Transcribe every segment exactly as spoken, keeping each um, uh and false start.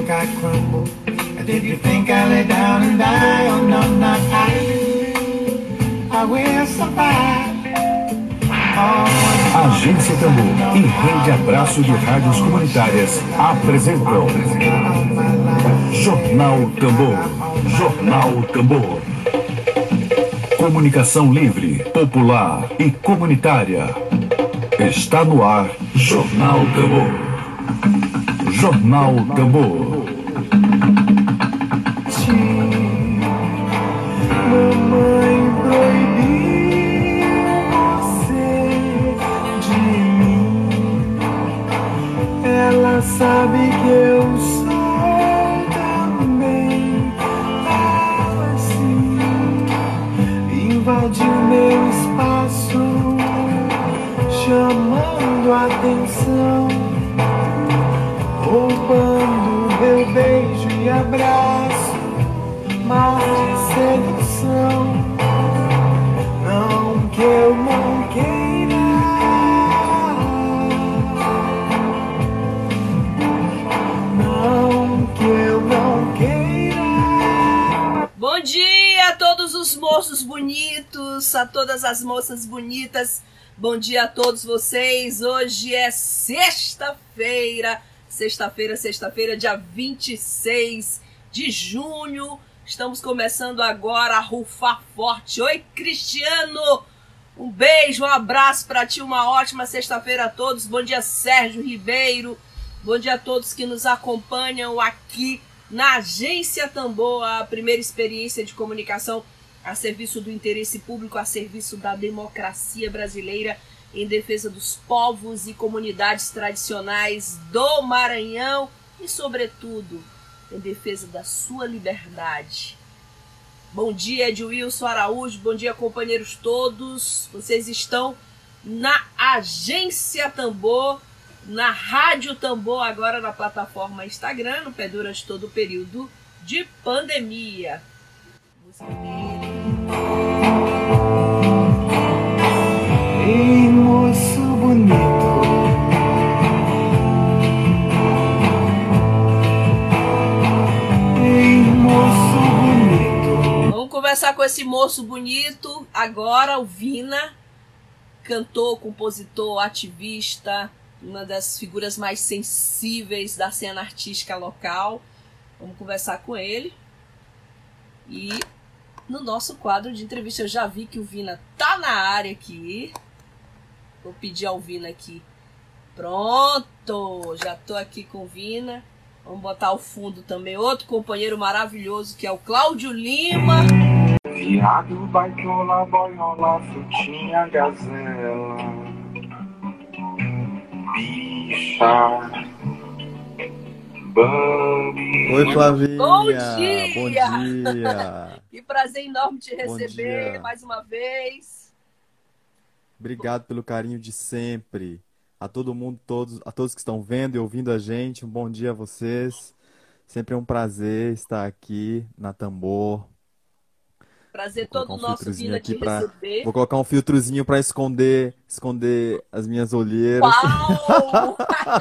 think I crumble? Or did you think I lay down and die? Oh no, not I. I will survive. Agência Tambor e Rede Abraço de Rádios Comunitárias apresentam Jornal Tambor. Jornal Tambor. Comunicação livre, popular e comunitária. Está no ar Jornal Tambor. Jornal Tambor. Mamãe proibiu você de mim. Ela sabe que eu sou também assim. Invadiu meu espaço, chamando a atenção, roubando meu beijo e abraço, mar de sedução. Não que eu não queira, não que eu não queira. Bom dia a todos os moços bonitos, a todas as moças bonitas. Bom dia a todos vocês. Hoje é sexta-feira, sexta-feira, sexta-feira, dia vinte e seis de junho. Estamos começando agora a rufar forte. Oi, Cristiano! Um beijo, um abraço para ti, uma ótima sexta-feira a todos. Bom dia, Sérgio Ribeiro. Bom dia a todos que nos acompanham aqui na Agência Tambor, a primeira experiência de comunicação a serviço do interesse público, a serviço da democracia brasileira, em defesa dos povos e comunidades tradicionais do Maranhão e, sobretudo, em defesa da sua liberdade. Bom dia, Edwilson Araújo, bom dia, companheiros todos. Vocês estão na Agência Tambor, na Rádio Tambor, agora na plataforma Instagram, no pé durante todo o período de pandemia. Música dele. Ei, moço bonito, ei, moço bonito. Vamos conversar com esse moço bonito agora, o Vina, cantor, compositor, ativista, uma das figuras mais sensíveis da cena artística local. Vamos conversar com ele. E no nosso quadro de entrevista eu já vi que o Vina tá na área aqui. Vou pedir ao Vina aqui. Pronto, já tô aqui com o Vina. Vamos botar ao fundo também outro companheiro maravilhoso que é o Cláudio Lima. Viado, baitola, boiola, frutinha, gazela, bicha, Bambi. Oi, Flavinha. Bom dia! Bom dia! Que prazer enorme te Bom receber dia. mais uma vez. Obrigado pelo carinho de sempre. A todo mundo, todos, a todos que estão vendo e ouvindo a gente, um bom dia a vocês. Sempre é um prazer estar aqui na Tambor. Prazer Vou todo colocar um nosso filtrozinho Vina aqui te pra... receber. Vou colocar um filtrozinho para esconder, esconder as minhas olheiras. Uau!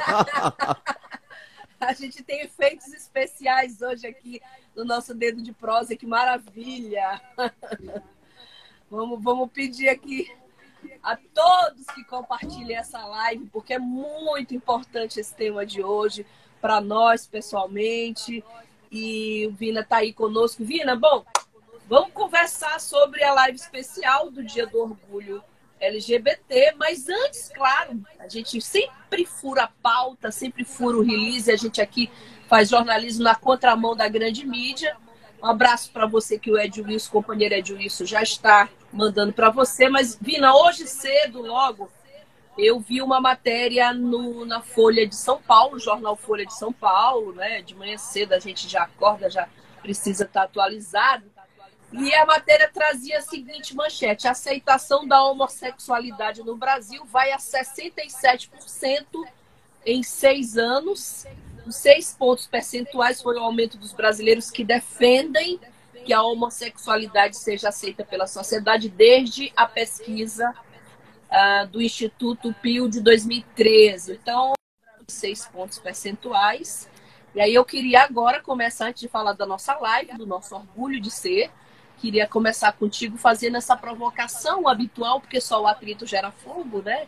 A gente tem efeitos especiais hoje aqui no nosso dedo de prosa, que maravilha! Vamos, vamos pedir aqui a todos que compartilhem essa live, porque é muito importante esse tema de hoje para nós pessoalmente. E o Vina está aí conosco. Vina, bom, vamos conversar sobre a live especial do Dia do Orgulho L G B T, mas antes, claro, a gente sempre fura a pauta, sempre fura o release, a gente aqui faz jornalismo na contramão da grande mídia. Um abraço para você que o Edwilson, companheiro Edwilson, já está mandando para você. Mas, Vina, hoje cedo, logo, eu vi uma matéria no, na Folha de São Paulo, jornal Folha de São Paulo, né? De manhã cedo a gente já acorda, já precisa estar atualizado. E a matéria trazia a seguinte manchete: a aceitação da homossexualidade no Brasil vai a sessenta e sete por cento em seis anos. Os seis pontos percentuais foi o aumento dos brasileiros que defendem que a homossexualidade seja aceita pela sociedade desde a pesquisa uh, do Instituto Pio de dois mil e treze. Então, seis pontos percentuais. E aí eu queria agora começar, antes de falar da nossa live, do nosso orgulho de ser, queria começar contigo fazendo essa provocação habitual, porque só o atrito gera fogo, né?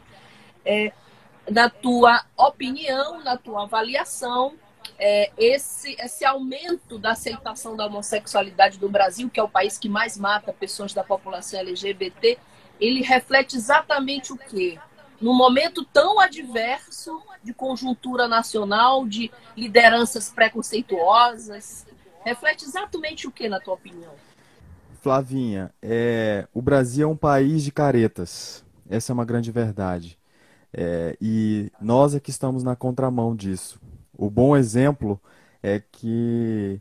É, na tua opinião, na tua avaliação, é, esse, esse aumento da aceitação da homossexualidade do Brasil, que é o país que mais mata pessoas da população L G B T, ele reflete exatamente o quê? Num momento tão adverso de conjuntura nacional, de lideranças preconceituosas, reflete exatamente o quê, na tua opinião? Flavinha, é, o Brasil é um país de caretas. Essa é uma grande verdade. É, e nós é que estamos na contramão disso. O bom exemplo é que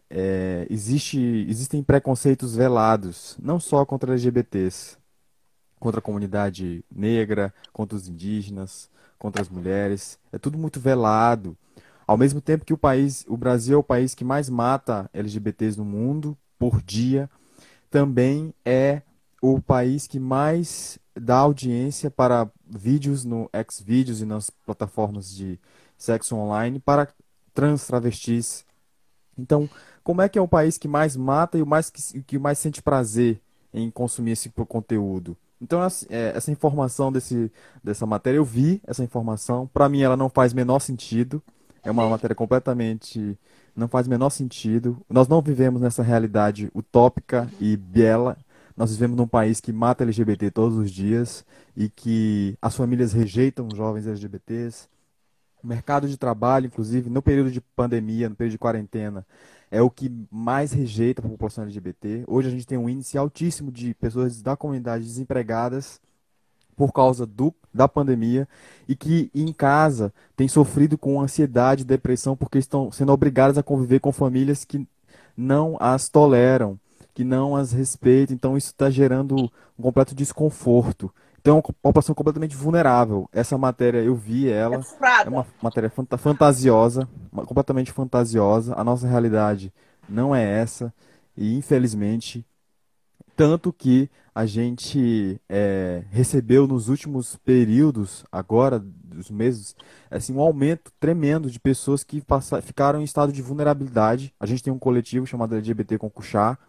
é, existe, existem preconceitos velados, não só contra L G B Ts, contra a comunidade negra, contra os indígenas, contra as mulheres. É tudo muito velado. Ao mesmo tempo que o país, o Brasil é o país que mais mata L G B Ts no mundo por dia, também é o país que mais dá audiência para vídeos no Xvideos e nas plataformas de sexo online para trans, travestis. Então, como é que é o país que mais mata e o mais que, que mais sente prazer em consumir esse conteúdo? Então, essa informação desse, dessa matéria, eu vi essa informação. Para mim, ela não faz menor sentido. É uma matéria completamente... Não faz menor sentido. Nós não vivemos nessa realidade utópica e bela. Nós vivemos num país que mata L G B T todos os dias e que as famílias rejeitam os jovens L G B Ts. O mercado de trabalho, inclusive, no período de pandemia, no período de quarentena, é o que mais rejeita a população L G B T. Hoje a gente tem um índice altíssimo de pessoas da comunidade desempregadas por causa do, da pandemia e que em casa têm sofrido com ansiedade e depressão porque estão sendo obrigadas a conviver com famílias que não as toleram, que não as respeitam. Então isso está gerando um completo desconforto. Então é uma população completamente vulnerável. Essa matéria, eu vi ela, é uma matéria fanta fantasiosa, completamente fantasiosa. A nossa realidade não é essa e infelizmente... Tanto que a gente é, recebeu nos últimos períodos, agora, dos meses, assim, um aumento tremendo de pessoas que passa, ficaram em estado de vulnerabilidade. A gente tem um coletivo chamado L G B T Concuxá,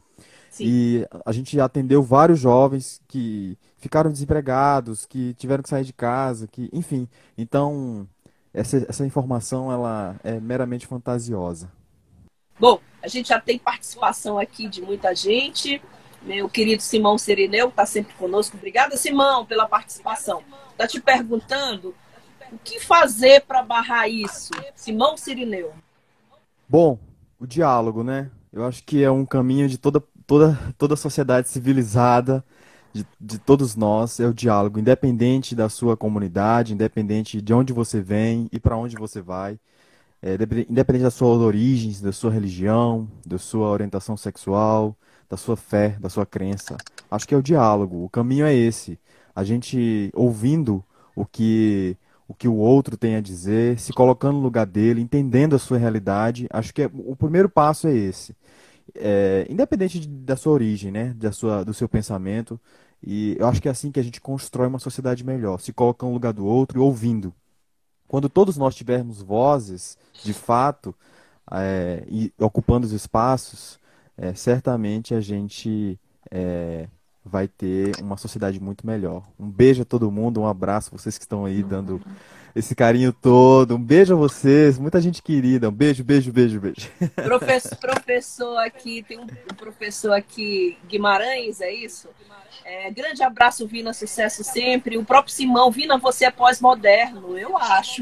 e a gente atendeu vários jovens que ficaram desempregados, que tiveram que sair de casa, que, enfim. Então, essa, essa informação ela é meramente fantasiosa. Bom, a gente já tem participação aqui de muita gente. Meu querido Simão Sirineu está sempre conosco. Obrigada, Simão, pela participação. Está te perguntando o que fazer para barrar isso. Simão Sirineu. Bom, o diálogo, né? Eu acho que é um caminho de toda, toda, toda a sociedade civilizada, de, de todos nós, é o diálogo. Independente da sua comunidade, independente de onde você vem e para onde você vai. É, independente da sua origem, da sua religião, da sua orientação sexual, da sua fé, da sua crença. Acho que é o diálogo. O caminho é esse. A gente ouvindo o que o que o outro tem a dizer, se colocando no lugar dele, entendendo a sua realidade. Acho que é, o primeiro passo é esse. É, independente de, da sua origem, né, da sua, do seu pensamento. E eu acho que é assim que a gente constrói uma sociedade melhor, se colocando no lugar do outro e ouvindo. Quando todos nós tivermos vozes, de fato, é, e ocupando os espaços, é, certamente a gente é, vai ter uma sociedade muito melhor. Um beijo a todo mundo, um abraço a vocês que estão aí dando esse carinho todo. Um beijo a vocês, muita gente querida. Um beijo, beijo, beijo, beijo. Professor, professor aqui, tem um professor aqui, Guimarães, é isso? É, grande abraço, Vina, sucesso sempre. O próprio Simão, Vina, você é pós-moderno, eu acho.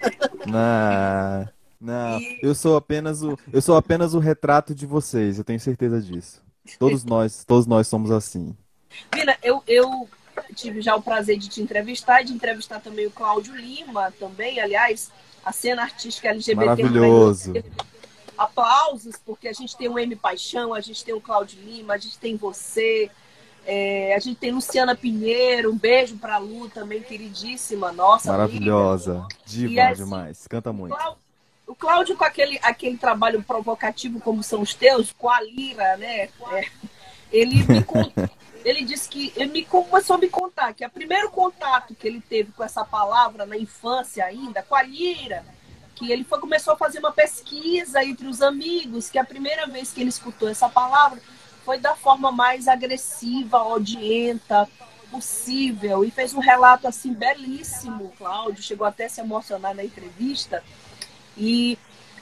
Não, não. E... eu sou apenas o, eu sou apenas o retrato de vocês, eu tenho certeza disso. Todos nós, todos nós somos assim. Vina, eu, eu tive já o prazer de te entrevistar e de entrevistar também o Cláudio Lima, também, aliás, a cena artística L G B T. Maravilhoso. Aplausos, porque a gente tem o M Paixão, a gente tem o Cláudio Lima, a gente tem você, é, a gente tem Luciana Pinheiro, um beijo pra Lu também, queridíssima, nossa. Maravilhosa, amiga. Diva, e, assim, demais, canta muito. O Cláudio com aquele, aquele trabalho provocativo como são os teus, com a Lira, né? É, ele me ele disse que ele me começou a me contar que o primeiro contato que ele teve com essa palavra na infância ainda, com a Lira, que ele foi, começou a fazer uma pesquisa entre os amigos, que a primeira vez que ele escutou essa palavra foi da forma mais agressiva, odienta possível, e fez um relato assim belíssimo. Cláudio chegou até a se emocionar na entrevista. E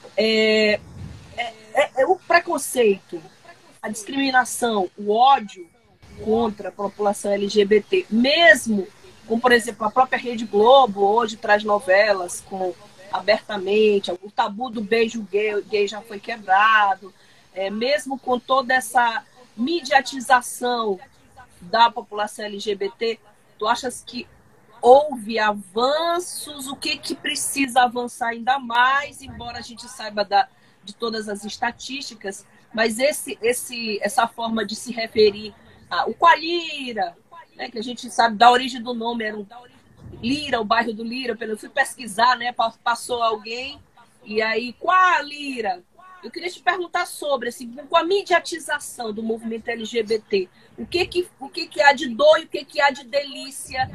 é, é, é, é o preconceito, a discriminação, o ódio contra a população L G B T, mesmo com, por exemplo, a própria Rede Globo hoje traz novelas com abertamente, o tabu do beijo gay, gay já foi quebrado, é, mesmo com toda essa mediatização da população L G B T, tu achas que houve avanços? O que, que precisa avançar ainda mais, embora a gente saiba da, de todas as estatísticas, mas esse, esse, essa forma de se referir ao Coalira, né, que a gente sabe da origem do nome, era um Lira, o bairro do Lira, eu fui pesquisar, né, passou alguém, e aí, qual Lira? Eu queria te perguntar sobre, assim, com a mediatização do movimento L G B T, o que que, o que, que há de dor e o que, que há de delícia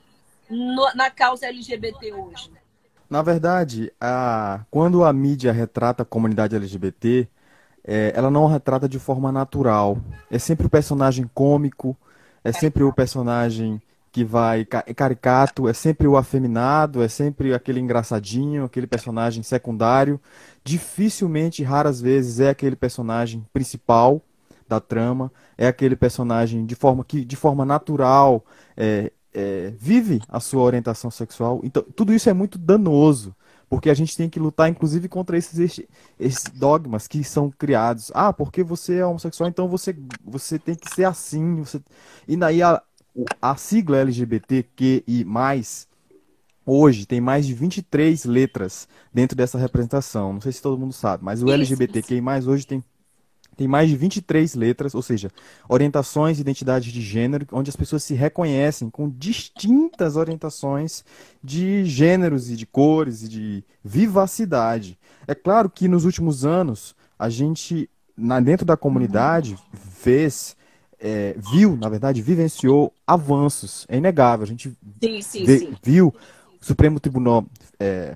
no, na causa L G B T hoje? Na verdade, a... quando a mídia retrata a comunidade L G B T, é, ela não retrata de forma natural. É sempre o personagem cômico, é sempre o personagem que vai é caricato, é sempre o afeminado, é sempre aquele engraçadinho, aquele personagem secundário. Dificilmente, raras vezes, é aquele personagem principal da trama, é aquele personagem de forma que, de forma natural, é, é, vive a sua orientação sexual. Então, tudo isso é muito danoso, porque a gente tem que lutar, inclusive, contra esses, esses dogmas que são criados. Ah, porque você é homossexual, então você, você tem que ser assim. Você... E daí a, a sigla L G B T Q I mais, hoje tem mais de vinte e três letras dentro dessa representação. Não sei se todo mundo sabe, mas o Isso, L G B T Q I mais, hoje tem, tem mais de vinte e três letras, ou seja, orientações e identidades de gênero, onde as pessoas se reconhecem com distintas orientações de gêneros e de cores e de vivacidade. É claro que nos últimos anos, a gente, na, dentro da comunidade, fez... É, viu, na verdade, vivenciou avanços. É inegável. A gente sim, sim, vê, sim. viu o Supremo Tribunal, é,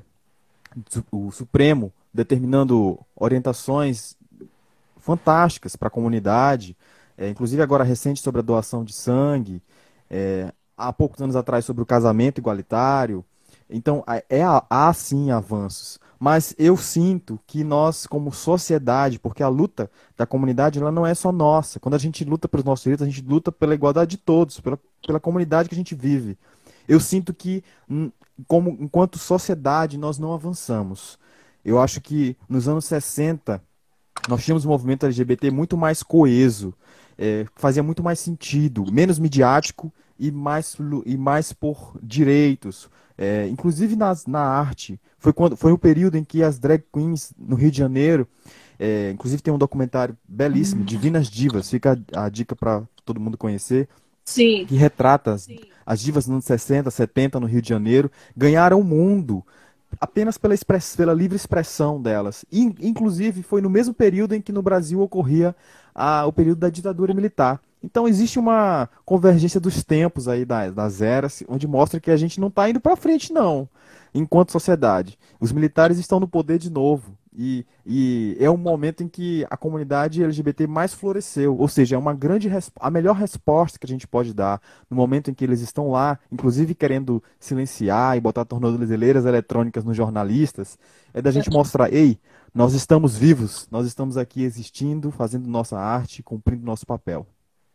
o Supremo determinando orientações fantásticas para a comunidade, é, inclusive agora recente sobre a doação de sangue, é, há poucos anos atrás sobre o casamento igualitário. Então, é, há sim avanços. Mas eu sinto que nós, como sociedade, porque a luta da comunidade ela não é só nossa. Quando a gente luta pelos nossos direitos, a gente luta pela igualdade de todos, pela, pela comunidade que a gente vive. Eu sinto que, como, enquanto sociedade, nós não avançamos. Eu acho que nos anos sessenta, nós tínhamos um movimento L G B T muito mais coeso, é, fazia muito mais sentido, menos midiático e mais, e mais por direitos. É, inclusive nas, na arte, foi, quando, foi o período em que as drag queens no Rio de Janeiro, é, inclusive tem um documentário belíssimo, Divinas Divas, fica a, a dica para todo mundo conhecer, Sim. que retrata as, as divas nos anos sessenta, setenta no Rio de Janeiro, ganharam o mundo apenas pela, express, pela livre expressão delas. E, inclusive foi no mesmo período em que no Brasil ocorria a, o período da ditadura militar. Então existe uma convergência dos tempos aí das, das eras, onde mostra que a gente não está indo para frente não, enquanto sociedade. Os militares estão no poder de novo e, e é um momento em que a comunidade L G B T mais floresceu, ou seja, é uma grande a melhor resposta que a gente pode dar no momento em que eles estão lá, inclusive querendo silenciar e botar tornozeleiras eletrônicas nos jornalistas, é da gente mostrar, ei, nós estamos vivos, nós estamos aqui existindo, fazendo nossa arte, cumprindo nosso papel.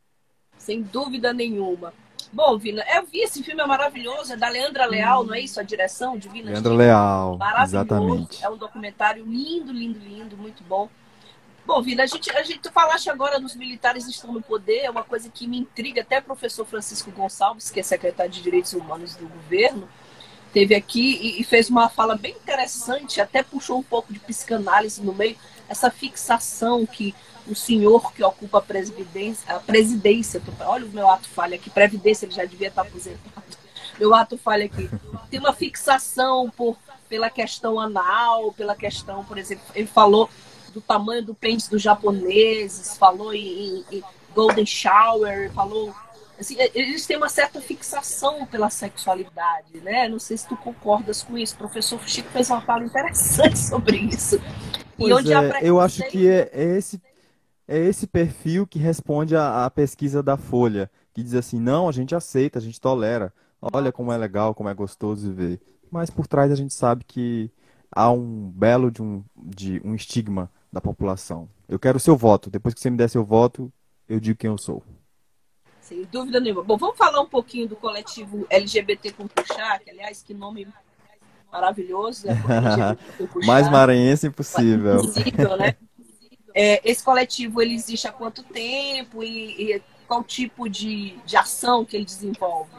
Sem dúvida nenhuma. Bom, Vina, eu vi esse filme, é maravilhoso, é da Leandra Leal, não é isso? A direção, Divina Leandra Leal, maravilhoso. Exatamente. É um documentário lindo, lindo, lindo, muito bom. Bom, Vina, a gente, a gente, tu falaste agora dos militares estão no poder, é uma coisa que me intriga, até o professor Francisco Gonçalves, que é secretário de Direitos Humanos do governo, teve aqui e, e fez uma fala bem interessante, até puxou um pouco de psicanálise no meio, essa fixação que o senhor que ocupa a presidência, a presidência, olha o meu ato falha aqui, previdência, ele já devia estar aposentado, meu ato falha aqui, tem uma fixação por, pela questão anal, pela questão, por exemplo, ele falou do tamanho do pênis dos japoneses, falou em, em Golden Shower, falou assim, eles têm uma certa fixação pela sexualidade, né? Não sei se tu concordas com isso. O professor Chico fez uma fala interessante sobre isso. E Pois onde há é, eu acho que preconceito, é, é esse, é esse perfil que responde à, à pesquisa da Folha, que diz assim, não, a gente aceita, a gente tolera, olha como é legal, como é gostoso viver. Mas por trás a gente sabe que há um belo de um, de um estigma da população. Eu quero o seu voto, depois que você me der seu voto, eu digo quem eu sou. sem dúvida nenhuma. Bom, vamos falar um pouquinho do coletivo L G B T com Puxá, que, aliás, que nome maravilhoso, né? L G B T com Mais Puxá. maranhense impossível. Impossível, né? É, esse coletivo, ele existe há quanto tempo e, e qual tipo de, de ação que ele desenvolve?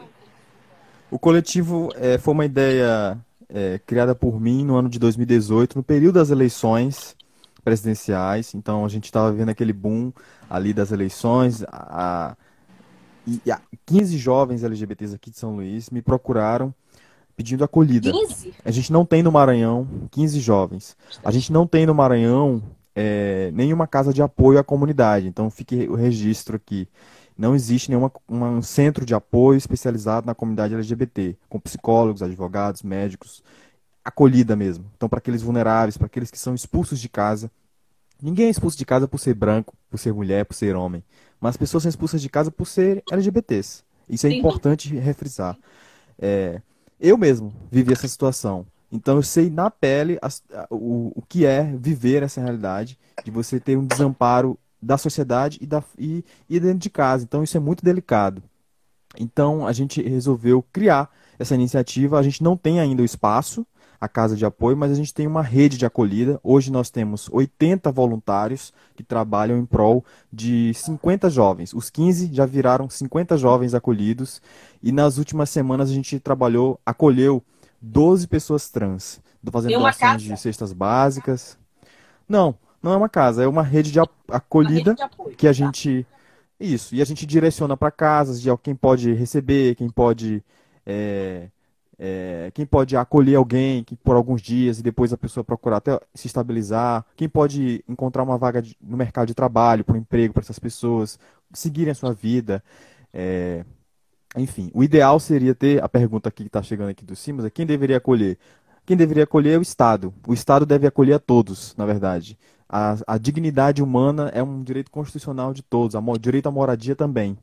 O coletivo eh, foi uma ideia eh, criada por mim no ano de dois mil e dezoito, no período das eleições presidenciais. Então a gente estava vendo aquele boom ali das eleições. A, e, e a quinze jovens L G B Ts aqui de São Luís me procuraram pedindo acolhida. quinze? A gente não tem no Maranhão quinze jovens. A gente não tem no Maranhão eh, nenhuma casa de apoio à comunidade. Então fique o registro aqui. Não existe nenhum um centro de apoio especializado na comunidade L G B T, com psicólogos, advogados, médicos, acolhida mesmo. Então, para aqueles vulneráveis, para aqueles que são expulsos de casa. Ninguém é expulso de casa por ser branco, por ser mulher, por ser homem. Mas as pessoas são expulsas de casa por ser L G B Ts. Isso é Sem dúvida. importante refrisar. É, eu mesmo vivi essa situação. Então eu sei na pele as- a- o, o que é viver essa realidade, de você ter um desamparo da sociedade e, da, e, e dentro de casa. Então isso é muito delicado. Então a gente resolveu criar essa iniciativa. A gente não tem ainda o espaço, a casa de apoio, mas a gente tem uma rede de acolhida. Hoje nós temos oitenta voluntários que trabalham em prol de cinquenta jovens. Os quinze já viraram cinquenta jovens acolhidos. E nas últimas semanas a gente trabalhou, acolheu doze pessoas trans, Tem fazendo uma doações de casa, cestas básicas. Não, não é uma casa, é uma rede de a- uma rede acolhida de apoio, que a tá? gente isso, e a gente direciona para casas de quem pode receber, quem pode é, é, quem pode acolher alguém que, por alguns dias e depois a pessoa procurar até se estabilizar, quem pode encontrar uma vaga de- no mercado de trabalho, para um emprego para essas pessoas, seguirem a sua vida. é, Enfim, o ideal seria ter, a pergunta aqui que está chegando aqui do Simas, é quem deveria acolher? Quem deveria acolher é o Estado. O Estado deve acolher a todos, na verdade. A, a dignidade humana é um direito constitucional de todos, o direito à moradia também.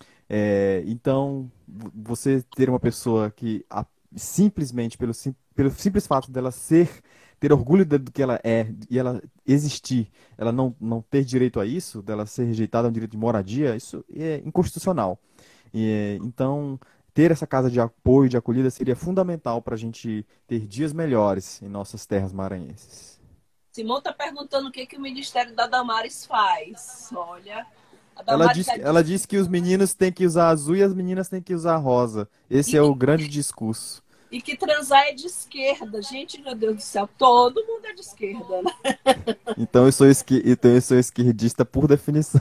É, então, vo- você ter uma pessoa que a- simplesmente pelo, sim- pelo simples fato dela ser, ter orgulho de- do que ela é e ela existir, ela não, não ter direito a isso, dela ser rejeitada a um direito de moradia, isso é inconstitucional. E, então, ter essa casa de apoio, de acolhida, seria fundamental para a gente ter dias melhores em nossas terras maranhenses. Simão está perguntando o que, que o Ministério da Damares faz. Olha, a Ela Damares diz, já ela disse diz que os meninos têm que usar azul e as meninas têm que usar rosa. Esse é o e, grande discurso. e que transar é de esquerda. Gente, meu Deus do céu, todo mundo é de esquerda, né? Então eu sou esqui... então eu sou esquerdista por definição.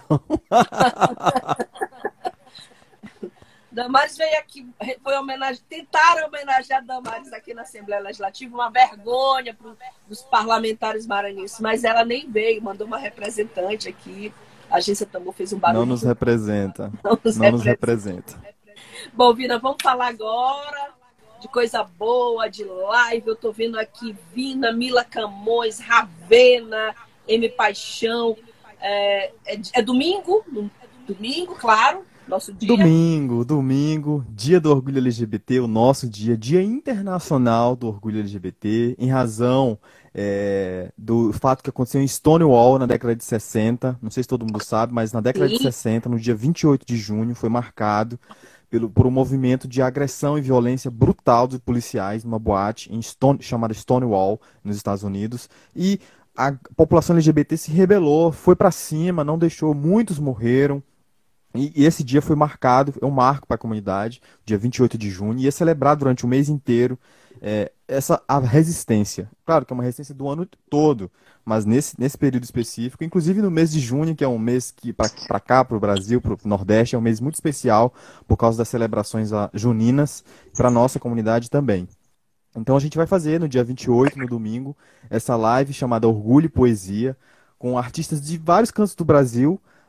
Damares veio aqui, foi homenagem, tentaram homenagear Damares aqui na Assembleia Legislativa, uma vergonha para os parlamentares maranhenses, mas ela nem veio, mandou uma representante aqui. A agência Tambor fez um Não barulho, nos representa. não nos Não nos representa. representa. Bom, Vina, vamos falar agora de coisa boa, de live. Eu tô vendo aqui Vina, Mila Camões, Ravena, M Paixão. É, é, é domingo? Domingo, claro, nosso dia. Domingo, domingo, Dia do Orgulho L G B T, o nosso dia, Dia Internacional do Orgulho L G B T, em razão é, do fato que aconteceu em Stonewall na década de sessenta. Não sei se todo mundo sabe, mas na década de Sim. sessenta, no dia vinte e oito de junho, foi marcado pelo, por um movimento de agressão e violência brutal de policiais numa boate em Stone, chamada Stonewall, nos Estados Unidos. E a população L G B T se rebelou, foi para cima, não deixou, muitos morreram. E, e esse dia foi marcado, é um marco para a comunidade, dia vinte e oito de junho, e é celebrado durante o mês inteiro é, essa a resistência. Claro que é uma resistência do ano todo, mas nesse, nesse período específico, inclusive no mês de junho, que é um mês que para cá, para o Brasil, para o Nordeste, é um mês muito especial por causa das celebrações ah, juninas, para a nossa comunidade também. Então a gente vai fazer no dia vinte e oito, no domingo, essa live chamada Orgulho e Poesia, com artistas de vários cantos do Brasil.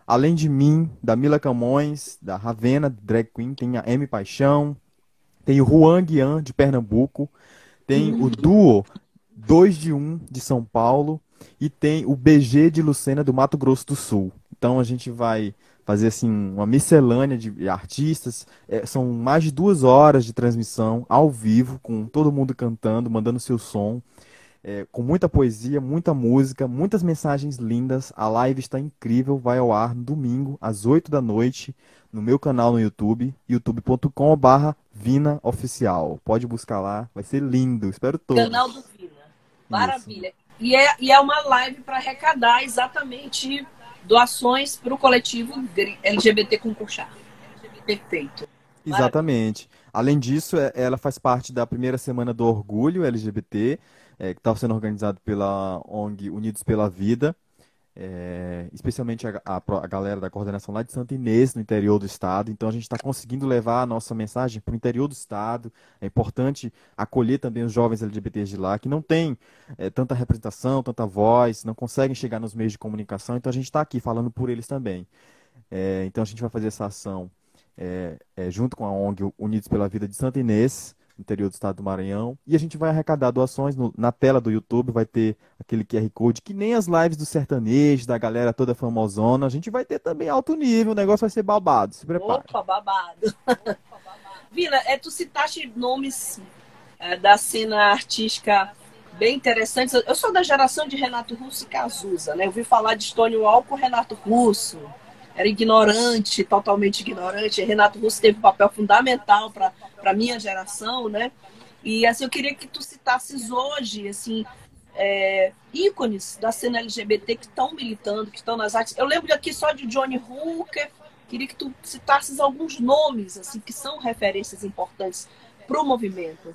além de mim, da Mila Camões, da Ravena, drag queen, tem a M Paixão, tem o Juan Guian, de Pernambuco, tem o duo dois de um de São Paulo e tem o B G de Lucena, do Mato Grosso do Sul. Então a gente vai fazer assim uma miscelânea de artistas. É, são mais de duas horas de transmissão ao vivo, com todo mundo cantando, mandando seu som, é, com muita poesia, muita música, muitas mensagens lindas. A live está incrível, vai ao ar no domingo, às oito da noite, no meu canal no YouTube, youtube ponto com barra Vina Oficial. Pode buscar lá, vai ser lindo, espero todos. Canal do Vina. Maravilha. E é, e é uma live para arrecadar exatamente doações para o coletivo L G B T Concursar. Perfeito. Exatamente. Além disso, é- ela faz parte da primeira semana do Orgulho L G B T, é, que está sendo organizado pela O N G Unidos pela Vida, é, especialmente a, a pro- a galera da coordenação lá de Santa Inês, no interior do estado. Então, a gente está conseguindo levar a nossa mensagem para o interior do estado. É importante acolher também os jovens L G B Ts de lá, que não têm é, tanta representação, tanta voz, não conseguem chegar nos meios de comunicação. Então, a gente está aqui falando por eles também. É, então, a gente vai fazer essa ação é, é, junto com a O N G Unidos pela Vida de Santa Inês, no interior do estado do Maranhão. E a gente vai arrecadar doações no- na tela do YouTube, vai ter aquele Q R Code, que nem as lives do sertanejo, da galera toda famosona. A gente vai ter também alto nível, o negócio vai ser babado, se prepare. Opa, babado. Vina, é, tu citaste nomes é, da cena artística bem interessantes. Eu sou da geração de Renato Russo e Cazuza, né? Eu ouvi falar de Stonewall com Renato Russo. Era ignorante, totalmente ignorante. Renato Russo teve um papel fundamental para a minha geração, né? E assim, eu queria que tu citasses hoje, assim, é, ícones da cena L G B T que estão militando, que estão nas artes. Eu lembro aqui só de Johnny Hooker. Queria que tu citasses alguns nomes, assim, que são referências importantes para o movimento.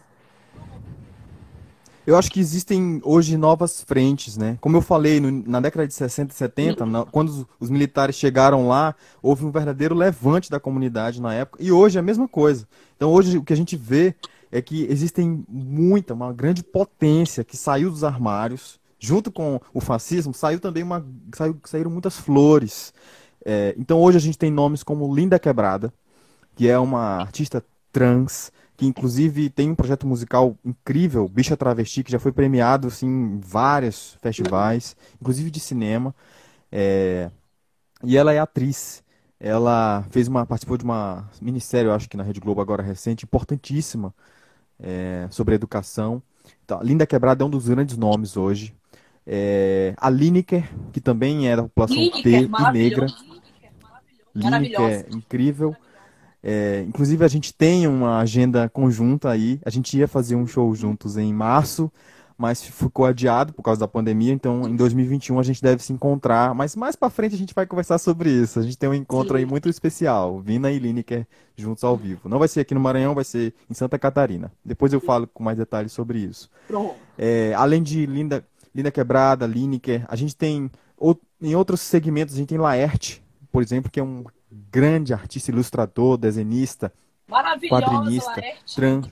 Eu acho que existem hoje novas frentes, né? Como eu falei, no- na década de sessenta e setenta, na- quando os, os militares chegaram lá, houve um verdadeiro levante da comunidade na época, e hoje é a mesma coisa. Então hoje o que a gente vê é que existem muita, uma grande potência que saiu dos armários, junto com o fascismo, saiu também uma, saiu- saíram muitas flores. É, então hoje a gente tem nomes como Linda Quebrada, que é uma artista trans, que inclusive tem um projeto musical incrível, Bicha Travesti, que já foi premiado assim, em vários festivais, inclusive de cinema. É, e ela é atriz. Ela fez uma, participou de uma minissérie, eu acho que na Rede Globo agora recente, importantíssima, é, sobre educação. Então, a Linda Quebrada é um dos grandes nomes hoje. É, a Lineker, que também é da população Lineker, T e negra. maravilhoso. Lineker Maravilhosa. é incrível. É, inclusive, a gente tem uma agenda conjunta aí. A gente ia fazer um show juntos em março, mas ficou adiado por causa da pandemia. Então, em dois mil e vinte e um, a gente deve se encontrar. Mas mais pra frente a gente vai conversar sobre isso. A gente tem um encontro aí Sim. muito especial. Vina e Lineker juntos ao vivo. Não vai ser aqui no Maranhão, vai ser em Santa Catarina. Depois eu falo com mais detalhes sobre isso. Pronto. É, além de Linda, Linda Quebrada, Lineker, a gente tem, ou- em outros segmentos, a gente tem Laerte, por exemplo, que é um grande artista, ilustrador, desenhista, Maravilhosa, quadrinista, Laerte. trans.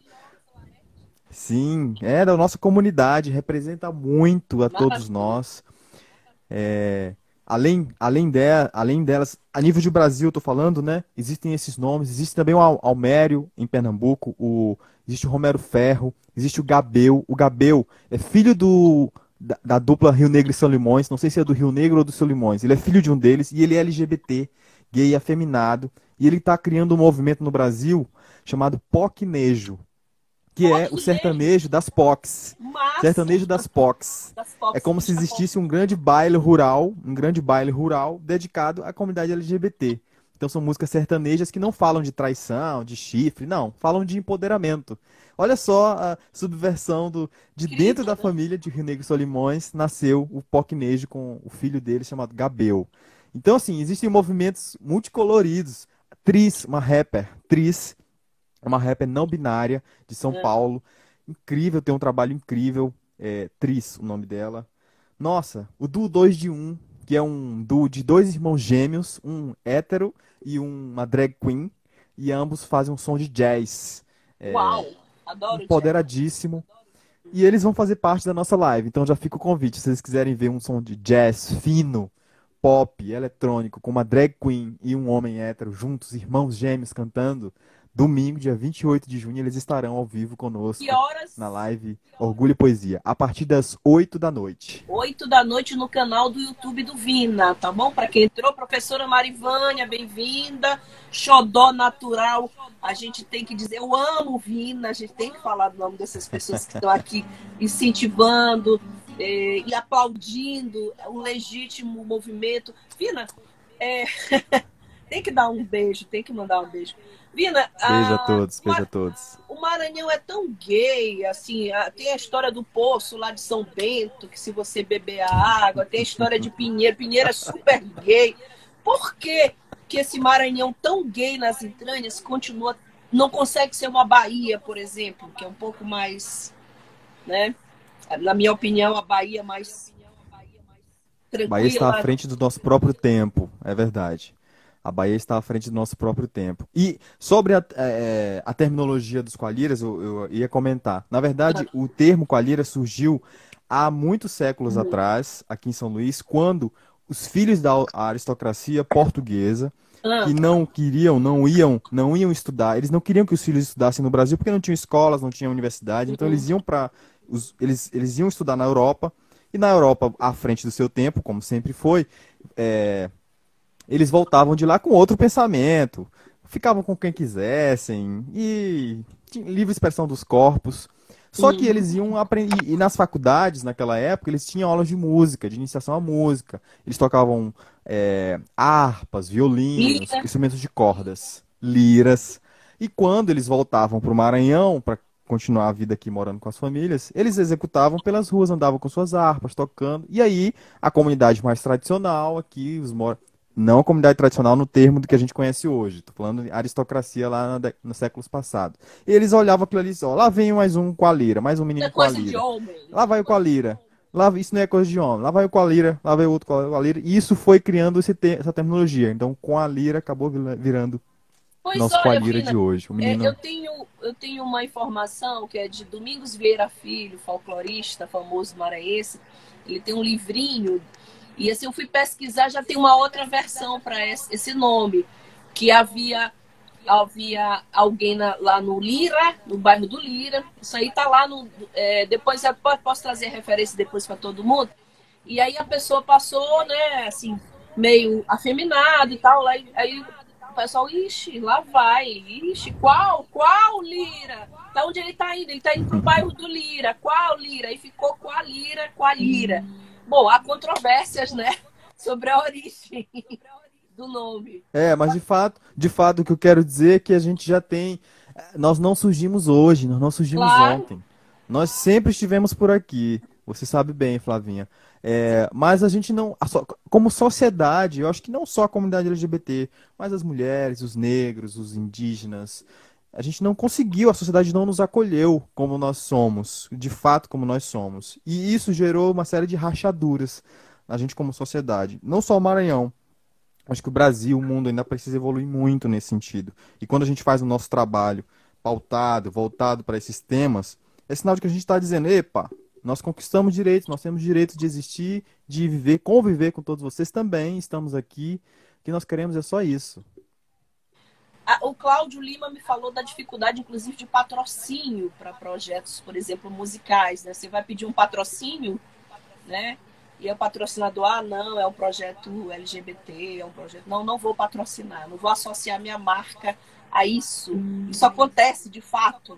Sim, é da nossa comunidade, representa muito a todos Maravilha. nós. É, além, além, de, além delas, a nível de Brasil, eu tô falando, né? Existem esses nomes, existe também o Al- Almério, em Pernambuco, o, existe o Romero Ferro, existe o Gabel. O Gabel é filho do, da, da dupla Rio Negro e São Limões, não sei se é do Rio Negro ou do São Limões, ele é filho de um deles e ele é L G B T, gay afeminado, e ele está criando um movimento no Brasil chamado Pocnejo, que é o Pocnejo. sertanejo das P O Cs. Massa. Sertanejo das P O Cs. Das Fox, É como se bicha existisse um grande baile rural, um grande baile rural dedicado à comunidade L G B T. Então são músicas sertanejas que não falam de traição, de chifre, não, falam de empoderamento. Olha só a subversão do, de Incrível, dentro da né? família de Rio Negro e Solimões, nasceu o Pocnejo com o filho dele chamado Gabel. Então assim, existem movimentos multicoloridos. Tris, uma rapper, Tris, é uma rapper não binária de São É. Paulo. Incrível, tem um trabalho incrível. É, Tris, o nome dela. Nossa, o duo dois de um, que é um duo de dois irmãos gêmeos, um hétero e um- uma drag queen, e ambos fazem um som de jazz. É, Uau, adoro jazz. empoderadíssimo. E eles vão fazer parte da nossa live. Então já fica o convite. Se vocês quiserem ver um som de jazz fino, pop eletrônico com uma drag queen e um homem hétero juntos, irmãos gêmeos cantando, domingo, dia vinte e oito de junho, eles estarão ao vivo conosco Que horas? na live Orgulho e Poesia, a partir das oito da noite. oito da noite no canal do YouTube do Vina, tá bom? Para quem entrou, professora Marivânia, bem-vinda. Xodó Natural, a gente tem que dizer, eu amo o Vina, a gente tem que falar do nome dessas pessoas que estão aqui incentivando eh, e aplaudindo o legítimo movimento. Vina, é, tem que dar um beijo, tem que mandar um beijo. Vina, Beijo a a, todos, beijo Mar- a todos. o Maranhão é tão gay, assim, a- tem a história do poço lá de São Bento, que se você beber a água, tem a história de Pinheiro, Pinheiro é super gay. Por que que esse Maranhão tão gay nas entranhas continua, não consegue ser uma Bahia, por exemplo, que é um pouco mais, né? Na minha opinião, a Bahia mais Bahia está à tranquila. frente do nosso próprio tempo, é verdade. A Bahia está à frente do nosso próprio tempo. E sobre a, eh, a terminologia dos coalheiras, eu, eu ia comentar. Na verdade, o termo coalheira surgiu há muitos séculos atrás, aqui em São Luís, quando os filhos da aristocracia portuguesa, Ah, que não queriam, não iam, não iam estudar, eles não queriam que os filhos estudassem no Brasil porque não tinham escolas, não tinham universidade, então eles iam para eles, eles iam estudar na Europa, e na Europa, à frente do seu tempo, como sempre foi, é, eles voltavam de lá com outro pensamento, ficavam com quem quisessem, e tinha livre expressão dos corpos. Só que eles iam aprender, e nas faculdades, naquela época, eles tinham aulas de música, de iniciação à música. Eles tocavam é, harpas, violinos, Lira. instrumentos de cordas, liras. E quando eles voltavam para o Maranhão, para continuar a vida aqui morando com as famílias, eles executavam pelas ruas, andavam com suas harpas, tocando. E aí, a comunidade mais tradicional aqui, os mor... não a comunidade tradicional no termo do que a gente conhece hoje, tô falando de aristocracia lá na de- nos séculos passados. E eles olhavam aquilo ali e diziam, ó, lá vem mais um com a lira, mais um Isso é menino com a coisa de lira. homem. Lá vai o com a lira. Lá, isso não é coisa de homem. Lá vai o com a lira, lá vai o outro com a lira. E isso foi criando esse te- essa terminologia. Então, com a lira acabou vira- virando Pois nosso com a olha, lira Vina, de hoje. O é, menino. eu tenho, eu tenho uma informação que é de Domingos Vieira Filho, folclorista famoso maranhense. Ele tem um livrinho, e assim eu fui pesquisar, já tem uma outra versão para esse, esse nome, que havia, havia alguém na- lá no Lira, no bairro do Lira. Isso aí tá lá no. É, depois eu po- posso trazer a referência depois para todo mundo. E aí a pessoa passou, né, assim, meio afeminado e tal. Aí, aí o pessoal, ixi, lá vai, ixi, qual, qual Lira? Pra onde ele tá indo? Ele tá indo pro bairro do Lira, qual Lira? Aí ficou com a Lira, com a Lira. Bom, há controvérsias, né, sobre a origem do nome. É, mas de fato, de fato, o que eu quero dizer é que a gente já tem. Nós não surgimos hoje, nós não surgimos Claro. ontem. Nós sempre estivemos por aqui. Você sabe bem, Flavinha. É, mas a gente não. a so- Como sociedade, eu acho que não só a comunidade L G B T, mas as mulheres, os negros, os indígenas. A gente não conseguiu, a sociedade não nos acolheu como nós somos, de fato como nós somos. E isso gerou uma série de rachaduras na gente como sociedade. Não só o Maranhão. Acho que o Brasil, o mundo ainda precisa evoluir muito nesse sentido. E quando a gente faz o nosso trabalho pautado, voltado para esses temas, é sinal de que a gente está dizendo, epa, nós conquistamos direitos, nós temos direito de existir, de viver, conviver com todos vocês também, estamos aqui. O que nós queremos é só isso. Ah, o Cláudio Lima me falou da dificuldade, inclusive, de patrocínio para projetos, por exemplo, musicais, né? Você vai pedir um patrocínio, né? E é o patrocinador, ah, não, é um projeto L G B T, é um projeto... Não, não vou patrocinar, não vou associar minha marca a isso. Isso acontece, de fato.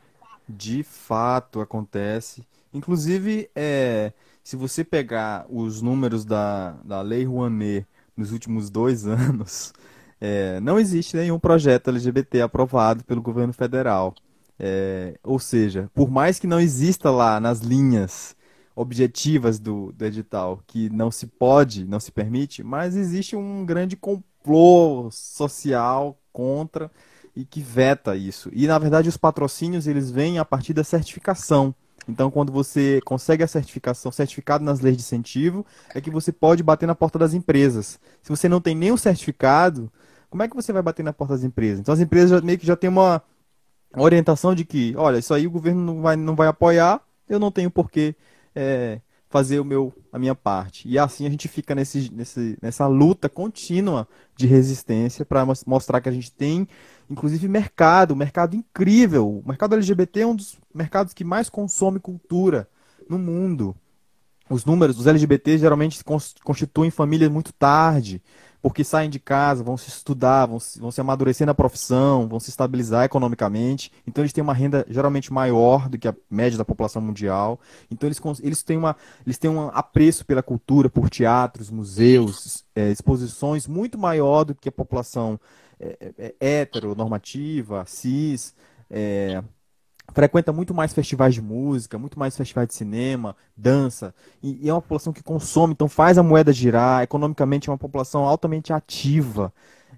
De fato acontece. Inclusive, é, se você pegar os números da, da Lei Rouanet nos últimos dois anos, é, não existe nenhum projeto L G B T aprovado pelo governo federal. É, ou seja, por mais que não exista lá nas linhas objetivas do, do edital que não se pode, não se permite, mas existe um grande complô social contra e que veta isso. E na verdade os patrocínios eles vêm a partir da certificação. Então quando você consegue a certificação, certificado nas leis de incentivo, é que você pode bater na porta das empresas. Se você não tem nenhum certificado, como é que você vai bater na porta das empresas? Então as empresas já, meio que já têm uma orientação de que, olha, isso aí o governo não vai, não vai apoiar, eu não tenho por que é, fazer o meu, a minha parte. E assim a gente fica nesse, nesse, nessa luta contínua de resistência para mostrar que a gente tem, inclusive, mercado, mercado incrível. O mercado L G B T é um dos mercados que mais consome cultura no mundo. Os números, os L G B T geralmente se cons- constituem famílias muito tarde, porque saem de casa, vão se estudar, vão se, vão se amadurecer na profissão, vão se estabilizar economicamente. Então eles têm uma renda geralmente maior do que a média da população mundial. Então eles, cons- eles têm uma, eles têm um apreço pela cultura, por teatros, museus, eh, exposições muito maior do que a população eh, eh, heteronormativa, cis. eh, frequenta muito mais festivais de música, muito mais festivais de cinema, dança, e, e é uma população que consome, então faz a moeda girar, economicamente é uma população altamente ativa,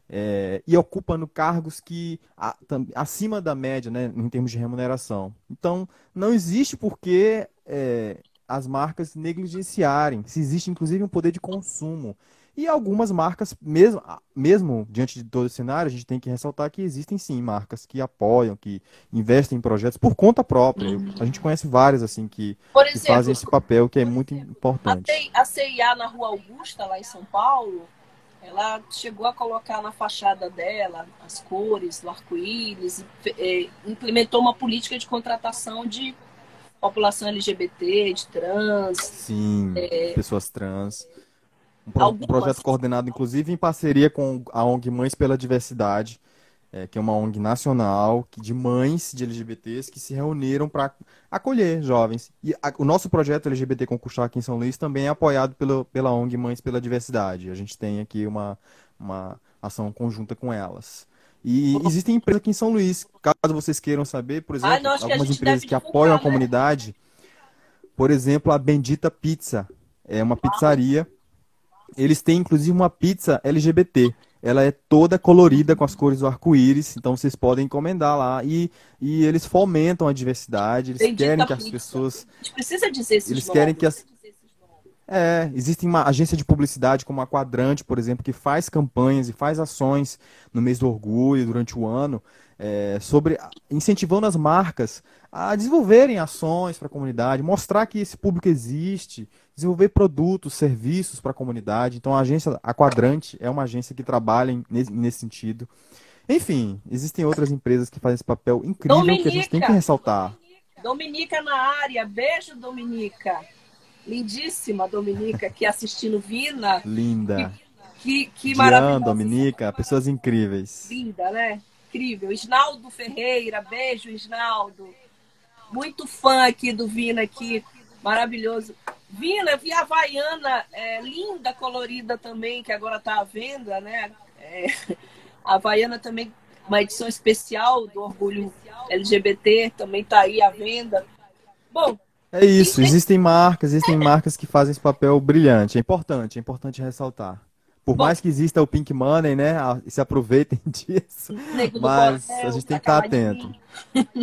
é, e ocupando cargos que a- tam- acima da média, né, em termos de remuneração. Então, não existe por que é, as marcas negligenciarem, se existe inclusive um poder de consumo. E algumas marcas, mesmo, mesmo diante de todo esse cenário, a gente tem que ressaltar que existem sim marcas que apoiam, que investem em projetos por conta própria. Eu- a gente conhece várias assim que, Por que fazem exemplo, esse papel que é muito a importante. C- a C I A na Rua Augusta, lá em São Paulo, ela chegou a colocar na fachada dela as cores do arco-íris, e, eh, implementou uma política de contratação de população L G B T, de trans, Sim, de pessoas trans. Um, pro- um projeto algumas. coordenado, inclusive, em parceria com a O N G Mães pela Diversidade, é, que é uma O N G nacional que- de mães de L G B Ts que se reuniram para acolher jovens. E a- o nosso projeto L G B T com Cuxá aqui em São Luís também é apoiado pelo, pela O N G Mães pela Diversidade. A gente tem aqui uma, uma ação conjunta com elas. E existem empresas aqui em São Luís, caso vocês queiram saber, por Ah, não, exemplo, acho que a algumas gente empresas deve que apoiam a divulgar, né? comunidade, por exemplo, a Bendita Pizza, é uma pizzaria. Eles têm inclusive uma pizza L G B T. Ela é toda colorida com as cores do arco-íris, então vocês podem encomendar lá. E, e eles fomentam a diversidade, eles querem Bendita que as Pizza. pessoas. A gente precisa dizer esses Eles querem que nomes. as. É, existe uma agência de publicidade como a Quadrante, por exemplo, que faz campanhas e faz ações no mês do orgulho, durante o ano, é, sobre incentivando as marcas a desenvolverem ações para a comunidade, mostrar que esse público existe, desenvolver produtos, serviços para a comunidade. Então, a agência, a Quadrante, é uma agência que trabalha em- nesse, nesse sentido. Enfim, existem outras empresas que fazem esse papel incrível que a gente tem que Dominica. ressaltar. Dominica na área. Beijo, Dominica. Lindíssima Dominica aqui assistindo Vina. Linda. Que, que Diane, maravilhosa. Dominica, pessoas incríveis. Linda, né? Incrível. Isnaldo Ferreira, beijo, Isnaldo. Muito fã aqui do Vina aqui. Maravilhoso. Vina, eu vi a Havaiana, é, linda, colorida também, que agora está à venda, né? É, a Havaiana também, uma edição especial do Orgulho L G B T, também está aí à venda. Bom, É isso, existem marcas, existem marcas que fazem esse papel brilhante. É importante, é importante ressaltar. Por Bom. mais que exista o Pink Money, né? a- Se aproveitem disso. Nego do Mas Borel, a gente tem tá que estar caladinho. atento.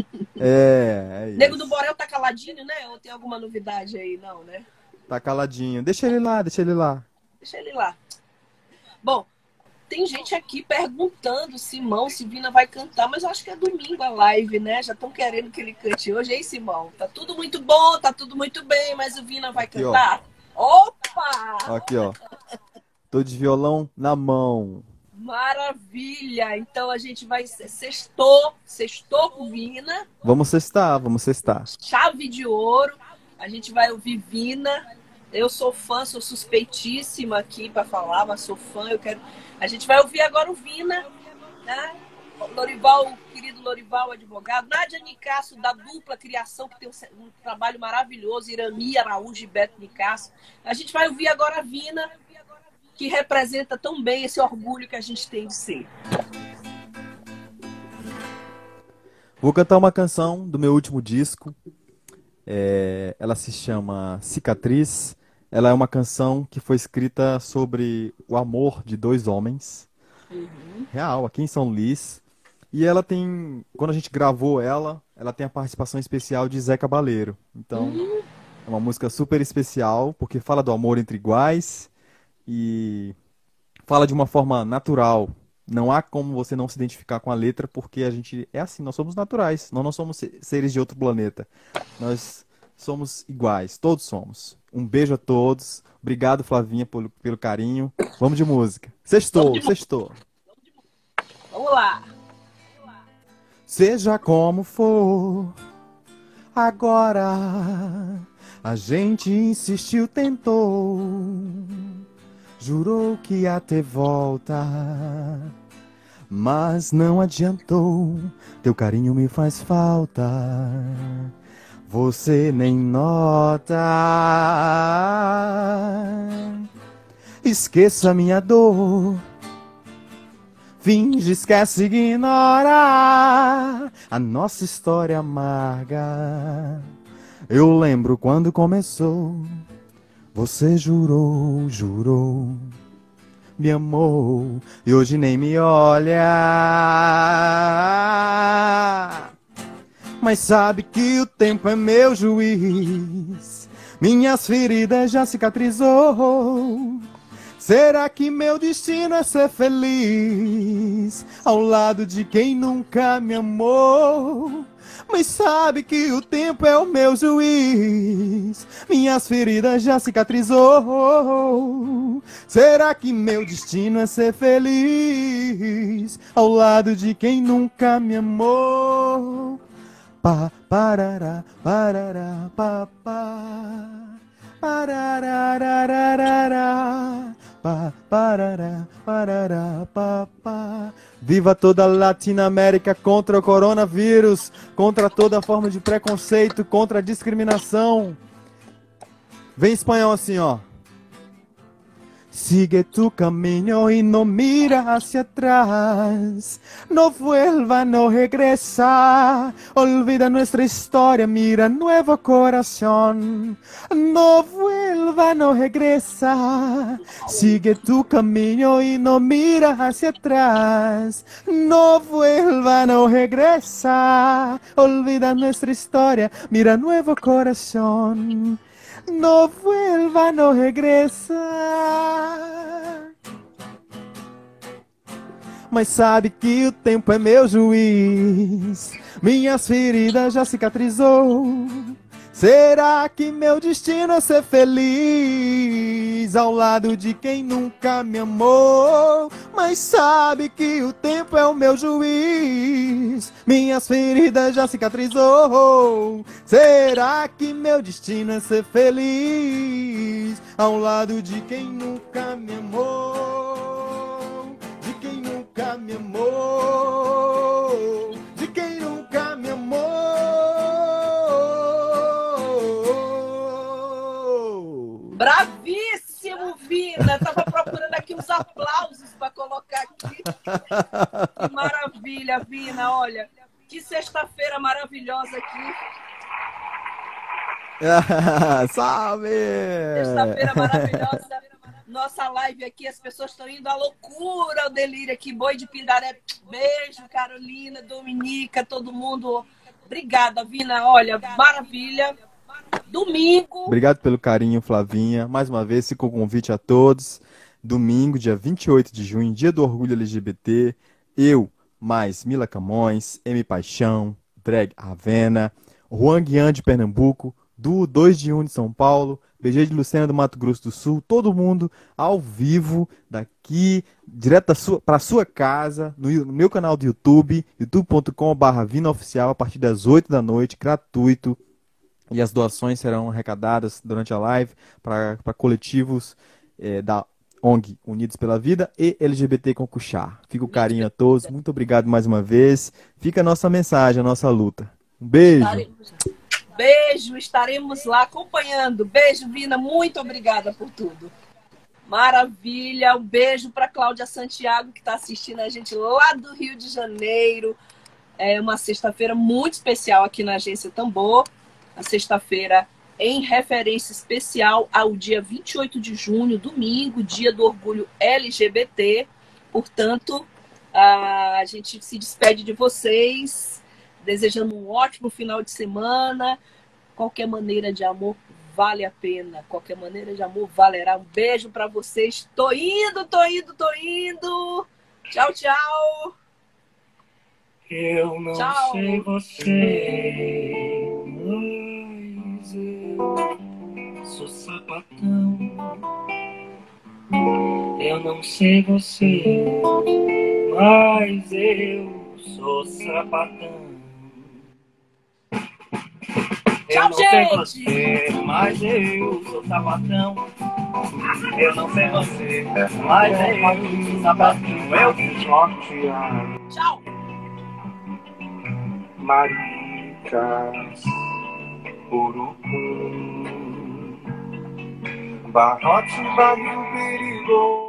É, é Nego do isso. Borel tá caladinho, né? Ou tem alguma novidade aí? Não, né? Tá caladinho. Deixa ele lá, deixa ele lá. Deixa ele lá. Bom, tem gente aqui perguntando, Simão, se Vina vai cantar, mas eu acho que é domingo a live, né? Já estão querendo que ele cante hoje, hein, Simão? Tá tudo muito bom, tá tudo muito bem, mas o Vina vai Aqui, ó. cantar? Opa! Aqui, ó. Tô de violão na mão. Maravilha! Então a gente vai. Sextou, sextou com Vina, Vamos cestar, vamos cestar. chave de ouro. A gente vai ouvir Vina. Eu sou fã, sou suspeitíssima aqui para falar, mas sou fã. Eu quero. A gente vai ouvir agora o Vina, né? Lorival, o querido Lorival, advogado. Nádia Nicasso, da dupla criação, que tem um, um trabalho maravilhoso. Irami Araújo e Beto Nicasso. A gente vai ouvir agora a Vina, que representa tão bem esse orgulho que a gente tem de ser. Vou cantar uma canção do meu último disco. É, ela se chama Cicatriz. Ela é uma canção que foi escrita sobre o amor de dois homens. Real, aqui em São Luís. E ela tem, quando a gente gravou ela, ela tem a participação especial de Zé Cabaleiro. Então, é uma música super especial, porque fala do amor entre iguais e fala de uma forma natural. Não há como você não se identificar com a letra, porque a gente é assim, nós somos naturais, nós não somos se- seres de outro planeta. Nós somos iguais, todos somos. Um beijo a todos. Obrigado, Flavinha, pelo, pelo carinho. Vamos de música. Sextou, sextou. Vamos lá. Seja como for, agora a gente insistiu, tentou, jurou que ia ter volta, mas não adiantou. Teu carinho me faz falta, você nem nota. Esqueça minha dor, finge, esquece, ignora a nossa história amarga. Eu lembro quando começou, você jurou, jurou, me amou e hoje nem me olha. Mas sabe que o tempo é meu juiz, minhas feridas já cicatrizou. Será que meu destino é ser feliz ao lado de quem nunca me amou? Mas sabe que o tempo é o meu juiz, minhas feridas já cicatrizou. Será que meu destino é ser feliz ao lado de quem nunca me amou? Pa, parará, parará, pa, pa, parararararará. Pa, parará, parará, pa, pa. Viva toda a Latinoamérica contra o coronavírus, contra toda forma de preconceito, contra a discriminação. Vem em espanhol assim, ó. Sigue tu camino y no mira hacia atrás. No vuelva, no regresa. Olvida nuestra historia, mira nuevo corazón. No vuelva, no regresa. Sigue tu camino y no mira hacia atrás. No vuelva, no regresa. Olvida nuestra historia, mira nuevo corazón. No vuelva, no regresa. Mas sabe que o tempo é meu juiz, minhas feridas já cicatrizou. Será que meu destino é ser feliz ao lado de quem nunca me amou? Mas sabe que o tempo é o meu juiz, minhas feridas já cicatrizou. Será que meu destino é ser feliz ao lado de quem nunca me amou? De quem nunca me amou? De quem nunca me amou? Bravíssimo, Vina! Tava procurando aqui uns aplausos para colocar aqui. Que maravilha, Vina! Olha, que sexta-feira maravilhosa aqui. Salve! Sexta-feira maravilhosa. Nossa live aqui, as pessoas estão indo à loucura, ao delírio aqui. Boi de Pindaré. Beijo, Carolina, Dominica, todo mundo. Obrigada, Vina. Olha, maravilha. Domingo. Obrigado pelo carinho, Flavinha. Mais uma vez, fica o convite a todos. Domingo, dia vinte e oito de junho, dia do orgulho L G B T. Eu, mais Mila Camões, M Paixão, Drag Ravena, Juan Guian de Pernambuco, do dois de junho de São Paulo, B G de Lucena do Mato Grosso do Sul, todo mundo ao vivo, daqui, direto para sua casa, no, no meu canal do YouTube, youtube ponto com barra Vina Oficial, a partir das oito da noite, gratuito. E as doações serão arrecadadas durante a live para coletivos é, da O N G Unidos pela Vida e L G B T com Cuxá. Fica o carinho a todos. Muito obrigado mais uma vez. Fica a nossa mensagem, a nossa luta. Um beijo. Estaremos, beijo, estaremos lá acompanhando. Beijo, Vina. Muito obrigada por tudo. Maravilha. Um beijo para Cláudia Santiago, que está assistindo a gente lá do Rio de Janeiro. É uma sexta-feira muito especial aqui na Agência Tambor. A sexta-feira em referência especial ao dia vinte e oito de junho, domingo, dia do orgulho L G B T. Portanto, a gente se despede de vocês, desejando um ótimo final de semana. Qualquer maneira de amor vale a pena. Qualquer maneira de amor valerá. Um beijo para vocês. Tô indo, tô indo, tô indo. Tchau, tchau. Eu não Tchau. sei você, mas eu sou sapato. Eu não sei você, mas eu sou sapatão. Eu Tchau, não sei gente! você, mas eu sou sapatão. Eu não sei você, mas eu sou sapatão. Eu Sorteado, Tchau! maricas, urucum, barrote, barril, perigo.